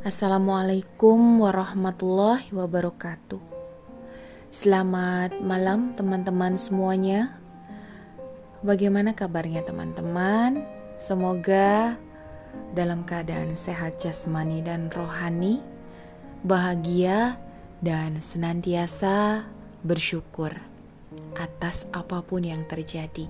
Assalamualaikum warahmatullahi wabarakatuh. Selamat malam teman-teman semuanya. Bagaimana kabarnya teman-teman? Semoga dalam keadaan sehat jasmani dan rohani, bahagia dan senantiasa bersyukur atas apapun yang terjadi.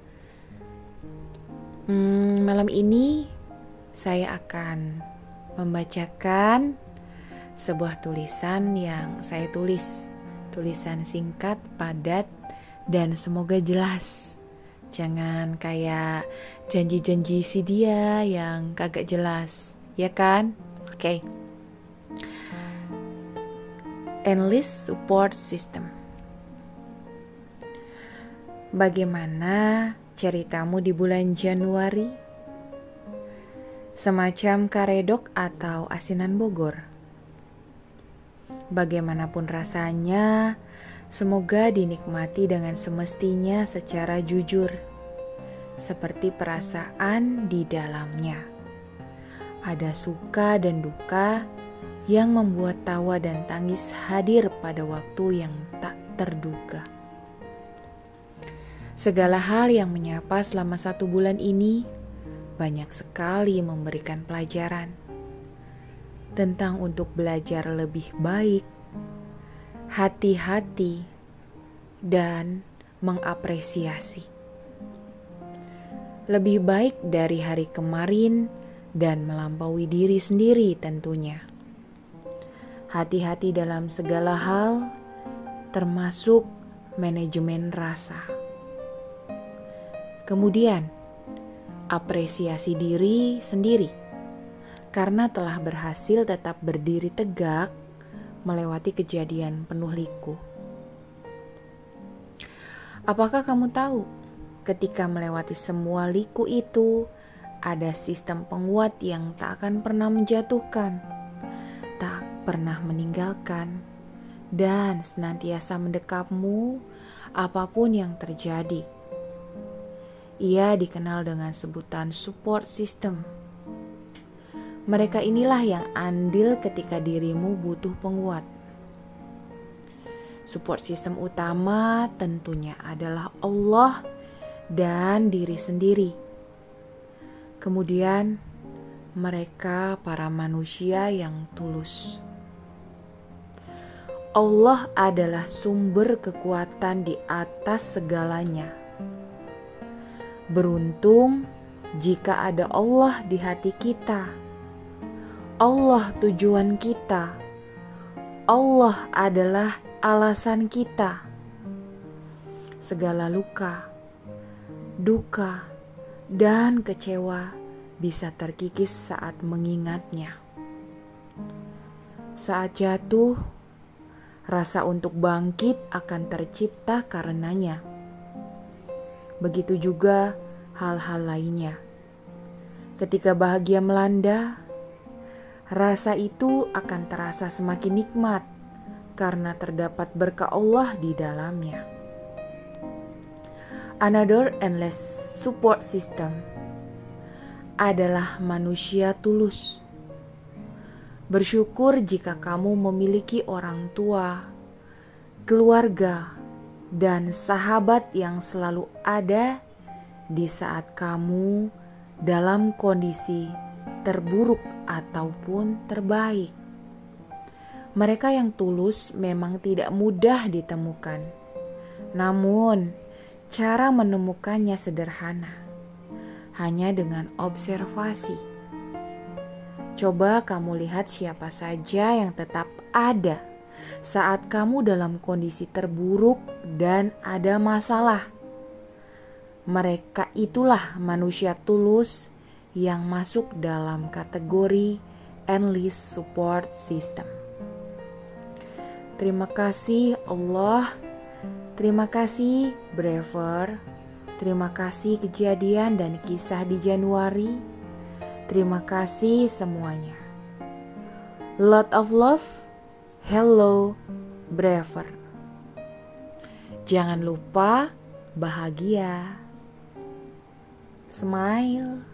Malam ini saya akan membacakan sebuah tulisan yang saya tulis. Tulisan singkat, padat, dan semoga jelas. Jangan kayak janji-janji si dia yang kagak jelas, ya kan? Oke. Endless Support System. Bagaimana ceritamu di bulan Januari? Semacam karedok atau asinan Bogor. Bagaimanapun rasanya, semoga dinikmati dengan semestinya secara jujur, seperti perasaan di dalamnya. Ada suka dan duka yang membuat tawa dan tangis hadir pada waktu yang tak terduga. Segala hal yang menyapa selama 1 bulan ini banyak sekali memberikan pelajaran tentang untuk belajar lebih baik, hati-hati, dan mengapresiasi. Lebih baik dari hari kemarin dan melampaui diri sendiri tentunya. Hati-hati dalam segala hal, termasuk manajemen rasa. Kemudian, apresiasi diri sendiri karena telah berhasil tetap berdiri tegak melewati kejadian penuh liku. Apakah kamu tahu, ketika melewati semua liku itu, ada sistem penguat yang tak akan pernah menjatuhkan, tak pernah meninggalkan, dan senantiasa mendekapmu apapun yang terjadi. Ia dikenal dengan sebutan support system. Mereka inilah yang andil ketika dirimu butuh penguat. Support system utama tentunya adalah Allah dan diri sendiri. Kemudian mereka para manusia yang tulus. Allah adalah sumber kekuatan di atas segalanya. Beruntung jika ada Allah di hati kita. Allah tujuan kita. Allah adalah alasan kita. Segala luka, duka, dan kecewa bisa terkikis saat mengingatnya. Saat jatuh, rasa untuk bangkit akan tercipta karenanya. Begitu juga hal-hal lainnya. Ketika bahagia melanda, rasa itu akan terasa semakin nikmat karena terdapat berkah Allah di dalamnya. Another endless support system adalah manusia tulus. Bersyukur jika kamu memiliki orang tua, keluarga, dan sahabat yang selalu ada di saat kamu dalam kondisi terburuk ataupun terbaik. Mereka yang tulus memang tidak mudah ditemukan. Namun, cara menemukannya sederhana. Hanya dengan observasi. Coba kamu lihat siapa saja yang tetap ada saat kamu dalam kondisi terburuk dan ada masalah. Mereka itulah manusia tulus yang masuk dalam kategori endless support system. Terima kasih Allah, terima kasih Braver, terima kasih kejadian dan kisah di Januari, terima kasih semuanya. Lot of love. Hello, Braver. Jangan lupa bahagia. Smile.